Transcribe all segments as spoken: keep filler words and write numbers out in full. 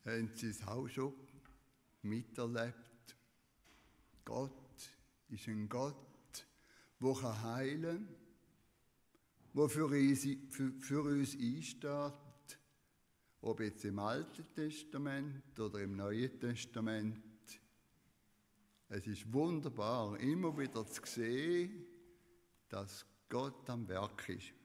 haben Sie es auch schon miterlebt. Gott ist ein Gott, der heilen kann, der für uns, für, für uns einsteht, ob jetzt im Alten Testament oder im Neuen Testament. Es ist wunderbar, immer wieder zu sehen, dass Gott am Werk ist.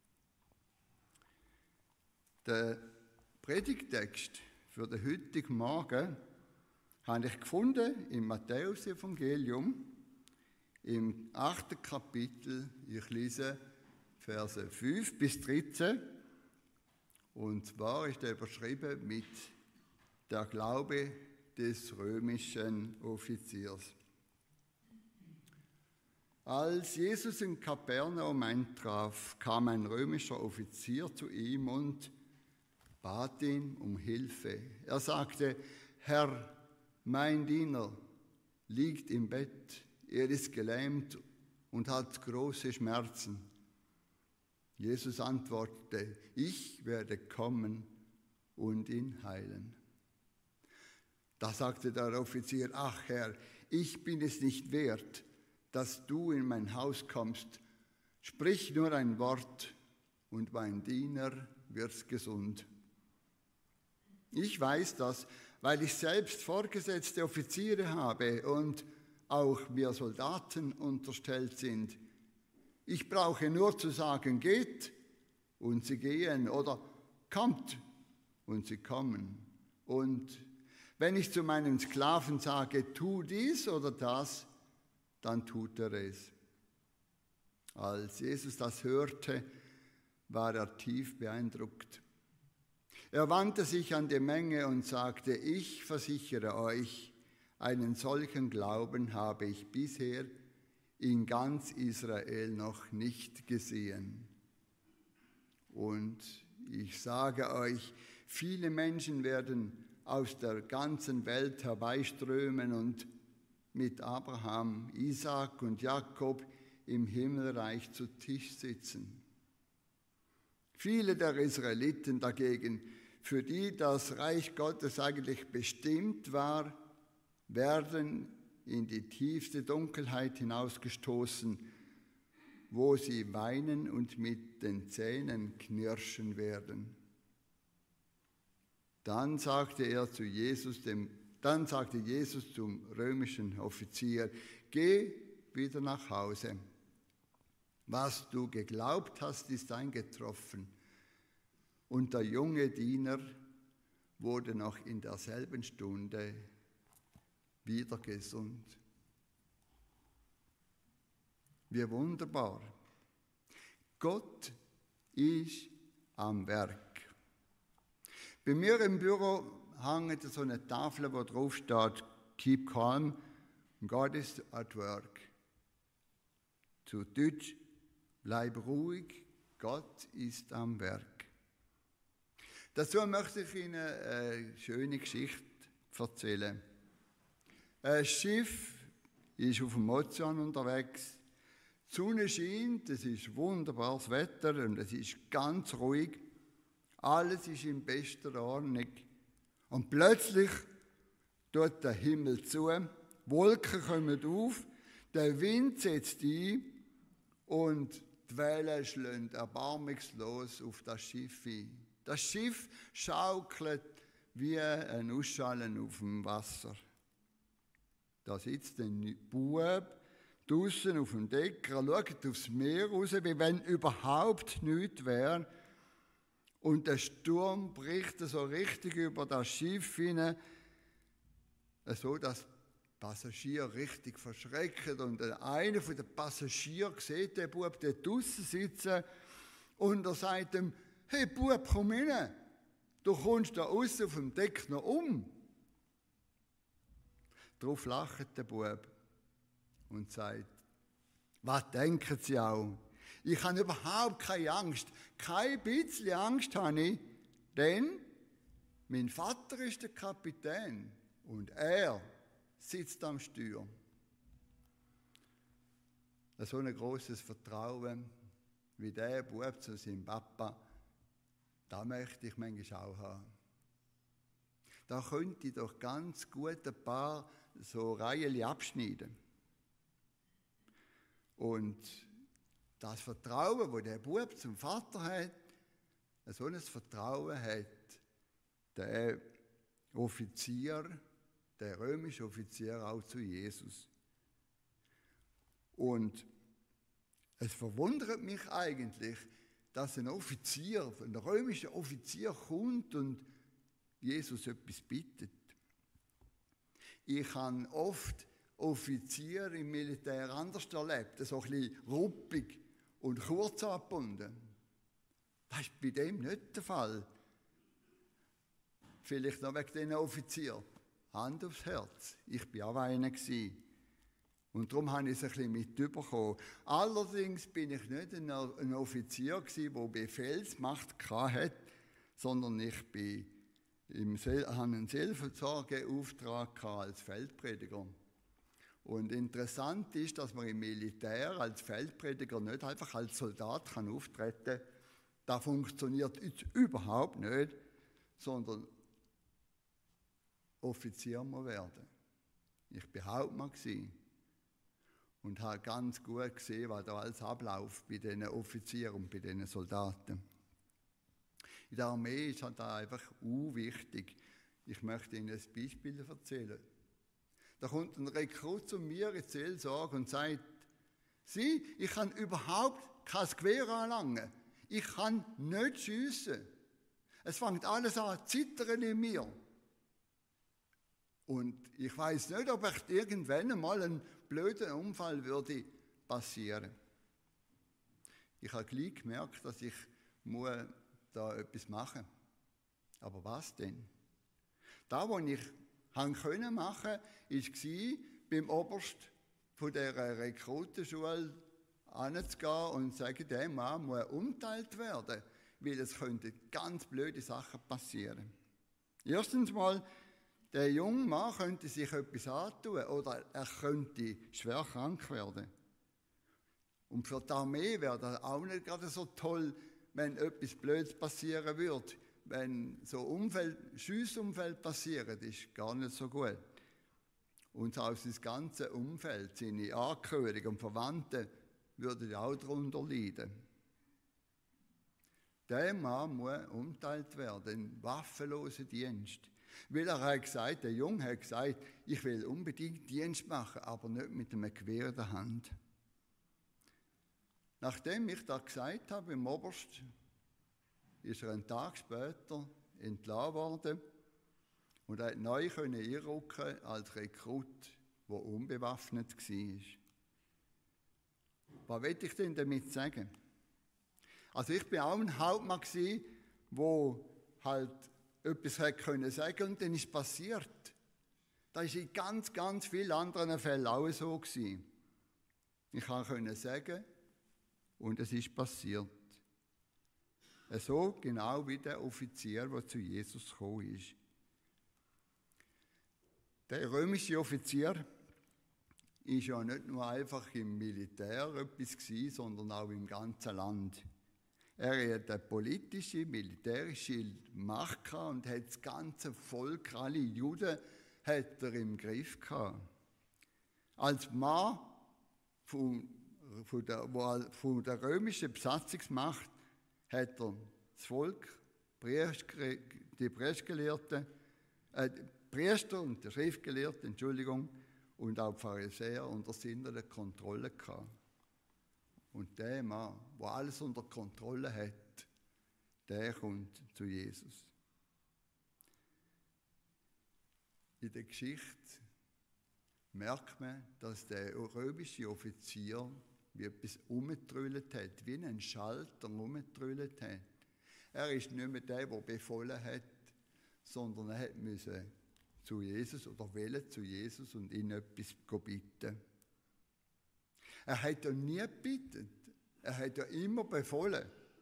Der Predigtext für den heutigen Morgen habe ich gefunden im Matthäus-Evangelium, im achten Kapitel. Ich lese Verse fünf bis dreizehn. Und zwar ist er überschrieben mit der Glaube des römischen Offiziers. Als Jesus in Kapernaum eintraf, kam ein römischer Offizier zu ihm und bat ihn um Hilfe. Er sagte: Herr, mein Diener liegt im Bett, er ist gelähmt und hat große Schmerzen. Jesus antwortete: Ich werde kommen und ihn heilen. Da sagte der Offizier: Ach Herr, ich bin es nicht wert, dass du in mein Haus kommst. Sprich nur ein Wort und mein Diener wird gesund. Ich weiß das, weil ich selbst vorgesetzte Offiziere habe und auch mir Soldaten unterstellt sind. Ich brauche nur zu sagen, geht, und sie gehen, oder kommt, und sie kommen. Und wenn ich zu meinen Sklaven sage, tu dies oder das, dann tut er es. Als Jesus das hörte, war er tief beeindruckt. Er wandte sich an die Menge und sagte: Ich versichere euch, einen solchen Glauben habe ich bisher in ganz Israel noch nicht gesehen. Und ich sage euch, viele Menschen werden aus der ganzen Welt herbeiströmen und mit Abraham, Isaak und Jakob im Himmelreich zu Tisch sitzen. Viele der Israeliten dagegen, für die das Reich Gottes eigentlich bestimmt war, werden in die tiefste Dunkelheit hinausgestoßen, wo sie weinen und mit den Zähnen knirschen werden. Dann sagte er zu Jesus, dem, dann sagte Jesus zum römischen Offizier: Geh wieder nach Hause. Was du geglaubt hast, ist eingetroffen. Und der junge Diener wurde noch in derselben Stunde wieder gesund. Wie wunderbar. Gott ist am Werk. Bei mir im Büro hängt so eine Tafel, wo drauf steht: Keep calm, God is at work. Zu Deutsch: Bleib ruhig, Gott ist am Werk. Dazu möchte ich Ihnen eine schöne Geschichte erzählen. Ein Schiff ist auf dem Ozean unterwegs. Die Sonne scheint, es ist wunderbares Wetter und es ist ganz ruhig. Alles ist in bester Ordnung. Und plötzlich tut der Himmel zu, Wolken kommen auf, der Wind setzt ein und die Wellen schlagen erbarmungslos auf das Schiff ein. Das Schiff schaukelt wie ein Ausschallen auf dem Wasser. Da sitzt ein Bub draussen auf dem Deck, er schaut aufs Meer raus, wie wenn überhaupt nichts wäre. Und der Sturm bricht so richtig über das Schiff hinein, so dass die Passagiere richtig verschrecken. Und einer von den Passagieren sieht den Bub dort draussen sitzen und er sagt ihm: Hey Bub, komm rein, du kommst da aussen auf dem Deck noch um. Darauf lacht der Bub und sagt: Was denken Sie auch? Ich habe überhaupt keine Angst. Kein bisschen Angst habe ich, denn mein Vater ist der Kapitän und er sitzt am Steuer. So ein grosses Vertrauen wie der Bub zu seinem Papa, das möchte ich manchmal auch haben. Da könnte ich doch ganz gut ein paar so Reihen abschneiden. Und das Vertrauen, das der Bub zum Vater hat, so ein Vertrauen hat der Offizier, der römische Offizier auch zu Jesus. Und es verwundert mich eigentlich, dass ein Offizier, ein römischer Offizier kommt und Jesus etwas bittet. Ich habe oft Offiziere im Militär anders erlebt, so ein bisschen ruppig und kurz angebunden. Das ist bei dem nicht der Fall. Vielleicht noch wegen diesen Offizier. Hand aufs Herz. Ich war auch einer. Und darum habe ich es ein bisschen mitbekommen. Allerdings bin ich nicht ein Offizier, der Befehlsmacht hatte, sondern ich bin im Sel- hatte einen Seelsorgeauftrag als Feldprediger. Und interessant ist, dass man im Militär als Feldprediger nicht einfach als Soldat kann auftreten kann. Das funktioniert jetzt überhaupt nicht, sondern Offizier muss werden. Ich war Hauptmann und habe ganz gut gesehen, was da alles abläuft bei diesen Offizieren und bei diesen Soldaten. In der Armee ist halt einfach unwichtig. Ich möchte Ihnen ein Beispiel erzählen. Da kommt ein Rekrut zu mir in die Seelsorge und sagt, Sie, ich kann überhaupt kein Gewehr anlangen. Ich kann nicht schiessen. Es fängt alles an zu zittern in mir. Und ich weiß nicht, ob ich irgendwann einmal einen blöden Unfall würde passieren. Ich habe gleich gemerkt, dass ich muss da etwas machen muss. Aber was denn? Das, was ich machen konnte, war, beim Oberst von dieser Rekrutenschule hinzugehen und zu sagen, der Mann muss umgeteilt werden, weil es könnten ganz blöde Sachen passieren. Erstens mal, der junge Mann könnte sich etwas antun oder er könnte schwer krank werden. Und für die Armee wäre das auch nicht gerade so toll, wenn etwas Blödes passieren würde. Wenn so Umfeld, Schiessunfälle passieren, ist gar nicht so gut. Und auch sein ganzes Umfeld, seine Angehörigen und Verwandten, würden auch darunter leiden. Der Mann muss umgeteilt werden in waffenlosen Dienst. Weil er hat gesagt, der Junge hat gesagt, ich will unbedingt Dienst machen, aber nicht mit einem Gewehr in der Hand. Nachdem ich das gesagt habe im Oberst, ist er einen Tag später entlassen worden und er konnte neu einrücken als Rekrut, der unbewaffnet war. Was will ich denn damit sagen? Also ich war auch ein Hauptmann, der halt etwas hätte können sagen und dann ist es passiert. Das war in ganz, ganz vielen anderen Fällen auch so gewesen. Ich konnte sagen und es ist passiert. So genau wie der Offizier, der zu Jesus gekommen ist. Der römische Offizier war ja nicht nur einfach im Militär etwas gewesen, sondern auch im ganzen Land. Er hatte eine politische, militärische Macht gehabt und hat das ganze Volk, alle Juden, hat er im Griff gehabt. Als Mann von, von, der, von der römischen Besatzungsmacht hat er das Volk, die Preisgelehrten, äh, die Priester und die Schriftgelehrten, Entschuldigung, und auch die Pharisäer unter seiner Kontrolle gehabt. Und der Mann, der alles unter Kontrolle hat, der kommt zu Jesus. In der Geschichte merkt man, dass der römische Offizier wie etwas umgetrüllt hat, wie einen Schalter umgetrüllt hat. Er ist nicht mehr der, der befohlen hat, sondern er musste zu Jesus oder wollte zu Jesus und ihn etwas bitten. Er hat ja nie gebeten, er hat ja immer befohlen.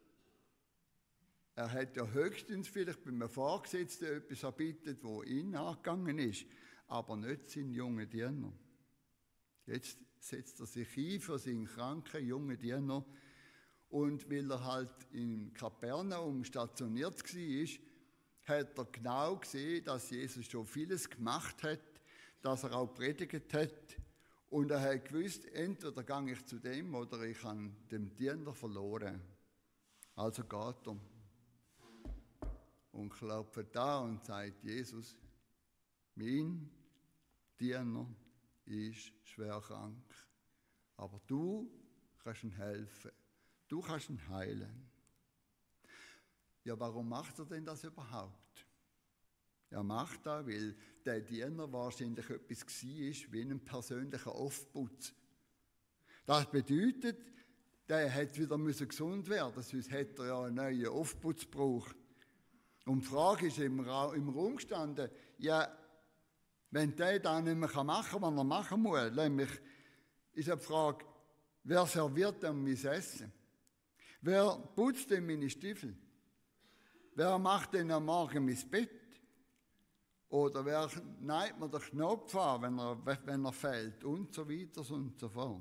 Er hat ja höchstens vielleicht bei einem Vorgesetzten etwas erbittet, wo ihn angegangen ist, aber nicht seinen jungen Diener. Jetzt setzt er sich ein für seinen kranken jungen Diener und weil er halt in Kapernaum stationiert war, hat er genau gesehen, dass Jesus schon vieles gemacht hat, dass er auch predigt hat. Und er hat gewusst, entweder gehe ich zu dem oder ich habe dem Diener verloren. Also geht er und klopft da und sagt, Jesus, mein Diener ist schwer krank, aber du kannst ihm helfen, du kannst ihn heilen. Ja, warum macht er denn das überhaupt? Er macht das, weil der Diener wahrscheinlich etwas war wie ein persönlicher Aufputz. Das bedeutet, der hätte wieder gesund werden müssen, sonst hätte er ja einen neuen Aufputz gebraucht. Und die Frage ist im, Ra- im Raum gestanden, ja, wenn der das nicht mehr machen kann, was er machen muss, nämlich ist die Frage, wer serviert denn mein Essen? Wer putzt denn meine Stiefel? Wer macht denn am Morgen mein Bett? Oder wer neigt mir den Knopf an, wenn er, wenn er fällt? Und so weiter und so fort.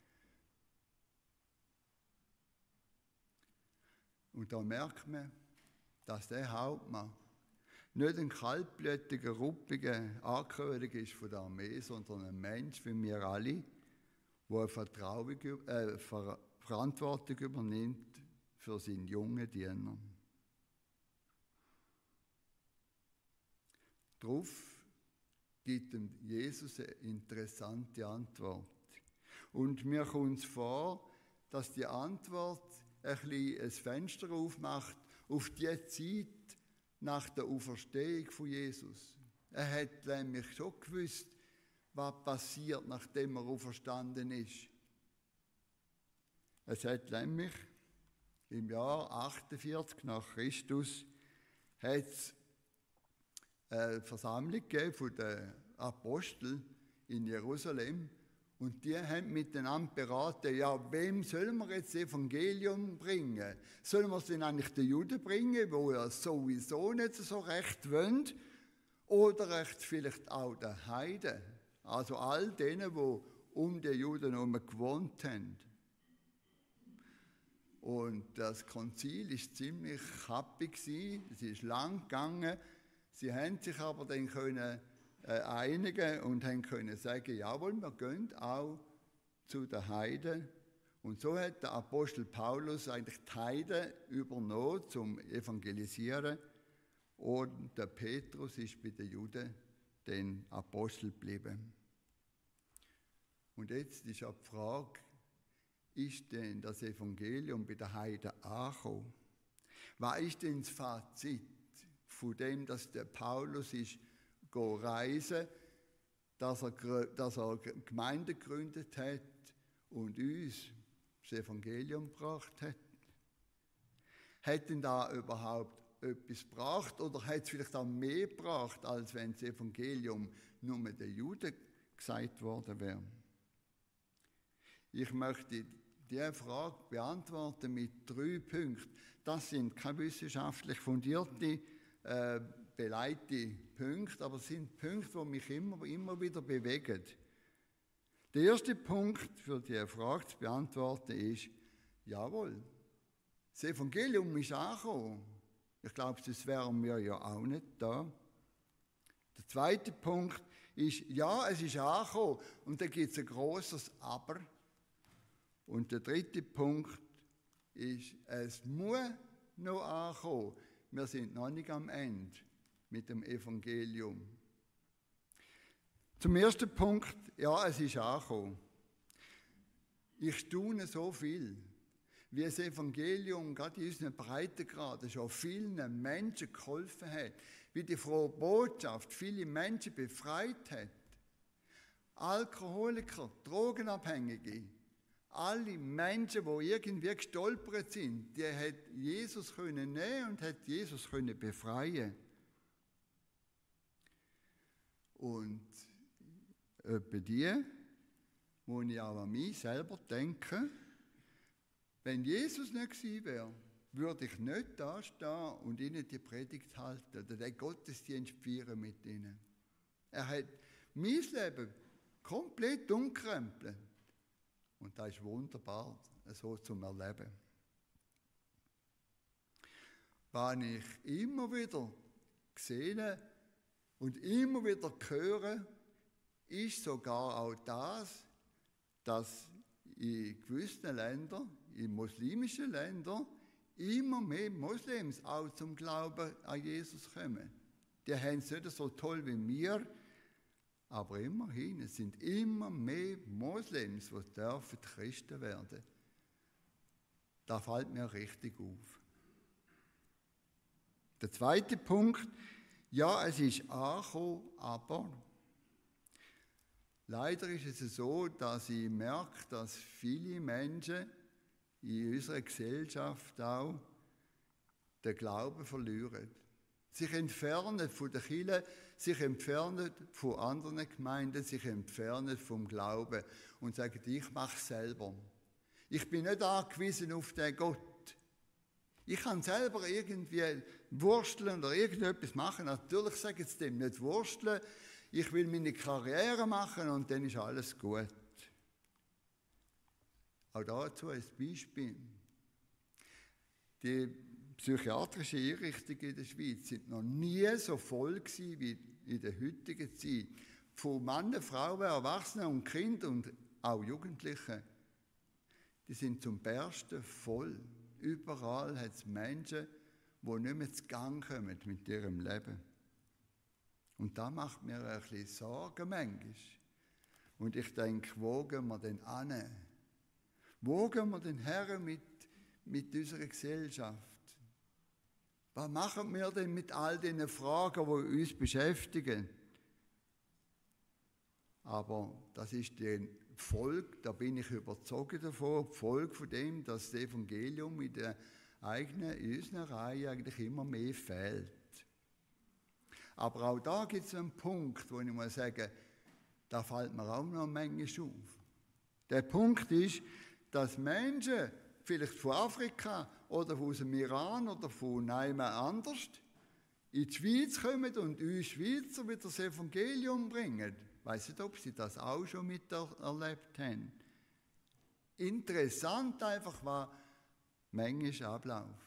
Und da merkt man, dass der Hauptmann nicht ein kaltblütiger, ruppiger Angehöriger ist von der Armee, sondern ein Mensch wie wir alle, der eine Vertrauung, äh, Ver- Verantwortung übernimmt für seinen jungen Diener. Darauf gibt ihm Jesus eine interessante Antwort. Und mir kommt es vor, dass die Antwort ein bisschen ein Fenster aufmacht auf die Zeit nach der Auferstehung von Jesus. Er hat nämlich schon gewusst, was passiert, nachdem er auferstanden ist. Es hat nämlich im Jahr achtundvierzig nach Christus hat's eine Versammlung gegeben von den Aposteln in Jerusalem. Und die haben miteinander beraten, ja, wem sollen wir jetzt das Evangelium bringen? Sollen wir es denn eigentlich den Juden bringen, die ja sowieso nicht so recht wollen? Oder recht vielleicht auch den Heiden? Also all denen, die um die Juden herum gewohnt haben. Und das Konzil war ziemlich happig, es ist lang gegangen. Sie haben sich aber dann können äh, einigen und haben können sagen, jawohl, wir gehen auch zu den Heiden. Und so hat der Apostel Paulus eigentlich die Heiden übernommen zum Evangelisieren. Und der Petrus ist bei den Juden den Apostel geblieben. Und jetzt ist auch die Frage, ist denn das Evangelium bei den Heiden angekommen? Was ist denn das Fazit von dem, dass der Paulus ist reisen, dass er, dass er Gemeinde gegründet hat und uns das Evangelium gebracht hat? Hat denn da überhaupt etwas gebracht oder hat es vielleicht auch mehr gebracht, als wenn das Evangelium nur den Juden gesagt worden wäre? Ich möchte diese Frage beantworten mit drei Punkten. Das sind keine wissenschaftlich fundierte, äh, belegte Punkte, aber es sind Punkte, die mich immer, immer wieder bewegen. Der erste Punkt für diese Frage zu beantworten ist, jawohl, das Evangelium ist angekommen. Ich glaube, sonst wären wir ja auch nicht da. Der zweite Punkt ist, ja, es ist angekommen und da gibt es ein grosses Aber. Und der dritte Punkt ist, es muss noch ankommen. Wir sind noch nicht am Ende mit dem Evangelium. Zum ersten Punkt, ja, es ist angekommen. Ich staune so viel, wie das Evangelium gerade in unseren Breitengraden schon vielen Menschen geholfen hat, wie die frohe Botschaft viele Menschen befreit hat. Alkoholiker, Drogenabhängige, alle Menschen, die irgendwie gestolpert sind, die hat Jesus können nehmen und hat Jesus können befreien. Und etwa die, wo ich auch an mich selber denke, wenn Jesus nicht gewesen wäre, würde ich nicht da stehen und ihnen die Predigt halten oder den Gottesdienst feiern mit ihnen. Er hat mein Leben komplett umkrempelt. Und das ist wunderbar, so zum Erleben. Was ich immer wieder gesehen und immer wieder hören, ist sogar auch das, dass in gewissen Ländern, in muslimischen Ländern, immer mehr Moslems auch zum Glauben an Jesus kommen. Die haben es nicht so toll wie wir, aber immerhin, es sind immer mehr Moslems, die dürfen Christen werden. Da fällt mir richtig auf. Der zweite Punkt, ja, es ist angekommen, aber leider ist es so, dass ich merke, dass viele Menschen in unserer Gesellschaft auch den Glauben verlieren. Sich entfernen von der Kirche, sich entfernen von anderen Gemeinden, sich entfernen vom Glauben und sagen, ich mache es selber. Ich bin nicht angewiesen auf den Gott. Ich kann selber irgendwie wursteln oder irgendetwas machen. Natürlich sagen sie dem nicht wursteln. Ich will meine Karriere machen und dann ist alles gut. Auch dazu ein Beispiel. Die psychiatrischen Einrichtungen in der Schweiz sind noch nie so voll gewesen wie in der heutigen Zeit. Von Männern, Frauen, Erwachsenen und Kindern und auch Jugendlichen. Die sind zum Bersten voll. Überall hat es Menschen, die nicht mehr zu Gang kommen mit ihrem Leben. Und da macht mir ein bisschen Sorgen manchmal. Und ich denke, wo gehen wir denn hin? Wo gehen wir denn her mit, mit unserer Gesellschaft? Was machen wir denn mit all diesen Fragen, die uns beschäftigen? Aber das ist die Folge, da bin ich überzeugt davon, die Folge von dem, dass das Evangelium in der eigenen, in unserer Reihe eigentlich immer mehr fehlt. Aber auch da gibt es einen Punkt, wo ich muss sagen, da fällt mir auch noch manchmal auf. Der Punkt ist, dass Menschen, vielleicht von Afrika oder aus dem Iran oder von einem anders, in die Schweiz kommen und uns Schweizer wieder das Evangelium bringen. Ich weiss nicht, ob Sie das auch schon miterlebt haben. Interessant einfach, was manchmal abläuft.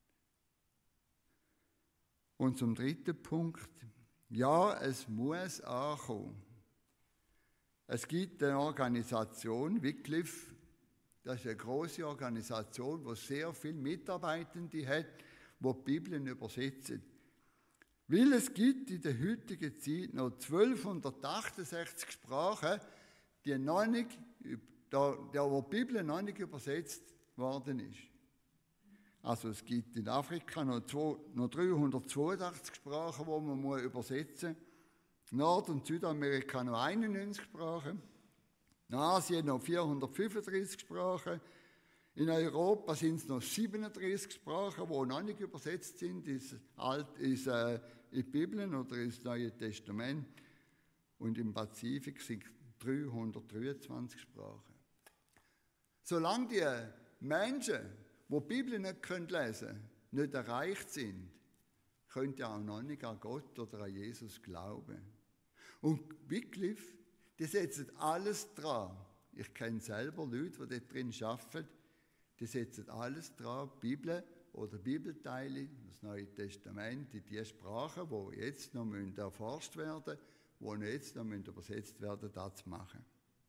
Und zum dritten Punkt, ja, es muss ankommen. Es gibt eine Organisation, Wycliffe, das ist eine große Organisation, die sehr viele Mitarbeitende hat, die die Bibeln übersetzen. Weil es gibt in der heutigen Zeit noch zwölfhundertachtundsechzig Sprachen, die noch nicht, da, wo die Bibel noch nicht übersetzt worden ist. Also es gibt in Afrika noch, zwei, noch dreihundertzweiundachtzig Sprachen, die man muss übersetzen muss. Nord- und Südamerika noch einundneunzig Sprachen. In Asien noch vierhundertfünfunddreißig Sprachen. In Europa sind es noch siebenunddreißig Sprachen, die noch nicht übersetzt sind ins Alt, ins, äh, in die Bibel oder ins Neue Testament. Und im Pazifik sind dreihundertdreiundzwanzig Sprachen. Solange die Menschen, die die Bibel nicht lesen können, nicht erreicht sind, könnt ihr auch noch nicht an Gott oder an Jesus glauben. Und Wycliffe, die setzen alles dran. Ich kenne selber Leute, die dort drin arbeiten, die setzen alles dran, Bibel oder Bibelteile, das Neue Testament, in die Sprachen, die jetzt noch erforscht werden müssen, die jetzt noch übersetzt werden, das zu machen.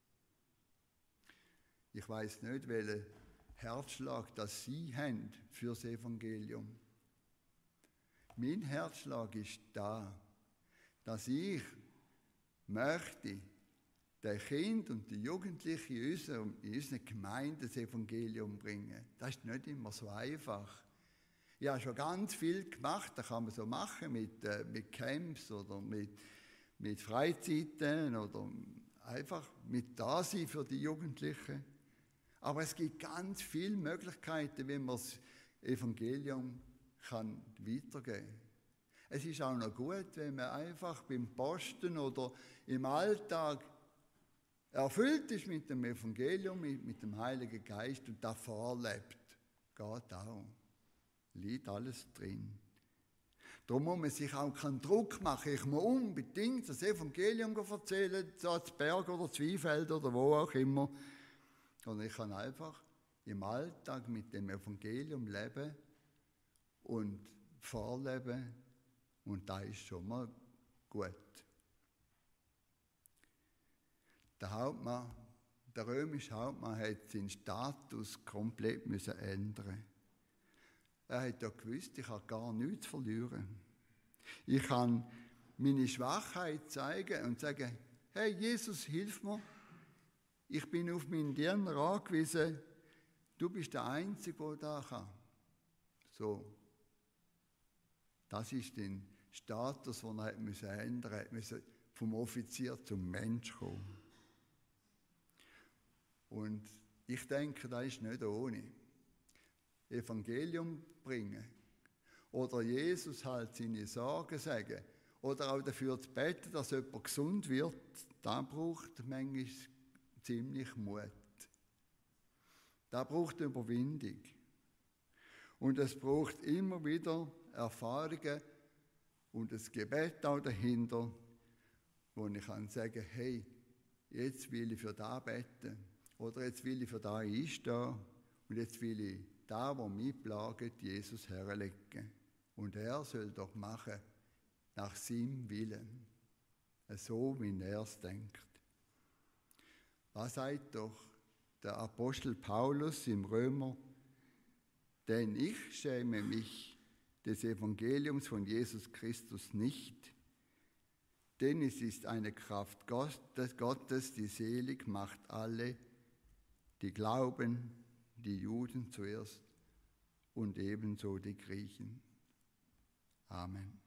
Ich weiss nicht, welchen Herzschlag das Sie haben für das Evangelium. Mein Herzschlag ist da, dass ich möchte, den Kindern und den Jugendlichen in unserer, in unserer Gemeinde das Evangelium bringen. Das ist nicht immer so einfach. Ich habe schon ganz viel gemacht, das kann man so machen mit, äh, mit Camps oder mit, mit Freizeiten oder einfach mit Dasein für die Jugendlichen. Aber es gibt ganz viele Möglichkeiten, wie man das Evangelium kann weitergeben kann. Es ist auch noch gut, wenn man einfach beim Posten oder im Alltag erfüllt ist mit dem Evangelium, mit, mit dem Heiligen Geist und das vorlebt. Geht auch. Liegt alles drin. Darum muss man sich auch keinen Druck machen. Ich muss unbedingt das Evangelium erzählen, so zu Berg oder Zwiefeld oder wo auch immer. Und ich kann einfach im Alltag mit dem Evangelium leben und vorleben Und das ist schon mal gut. Der Hauptmann, der römische Hauptmann hat seinen Status komplett müssen ändern. Er hat ja gewusst, ich habe gar nichts verlieren. Ich kann meine Schwachheit zeigen und sagen, hey Jesus, hilf mir. Ich bin auf meinen Diener angewiesen. Du bist der Einzige, der das kann. So. Das ist der Status, den er ändern musste. Er musste vom Offizier zum Mensch kommen. Und ich denke, das ist nicht ohne. Evangelium bringen. Oder Jesus halt seine Sorgen sagen. Oder auch dafür zu beten, dass jemand gesund wird. Das braucht manchmal ziemlich Mut. Das braucht Überwindung. Und es braucht immer wieder Erfahrungen und das Gebet auch dahinter, wo ich kann sagen, hey, jetzt will ich für das beten oder jetzt will ich für das einstehen und jetzt will ich da, wo mich plagt, Jesus herlegen. Und er soll doch machen, nach seinem Willen, so wie er es denkt. Was sagt doch der Apostel Paulus im Römer? Denn ich schäme mich des Evangeliums von Jesus Christus nicht, denn es ist eine Kraft Gottes, die selig macht alle, die glauben, die Juden zuerst und ebenso die Griechen. Amen.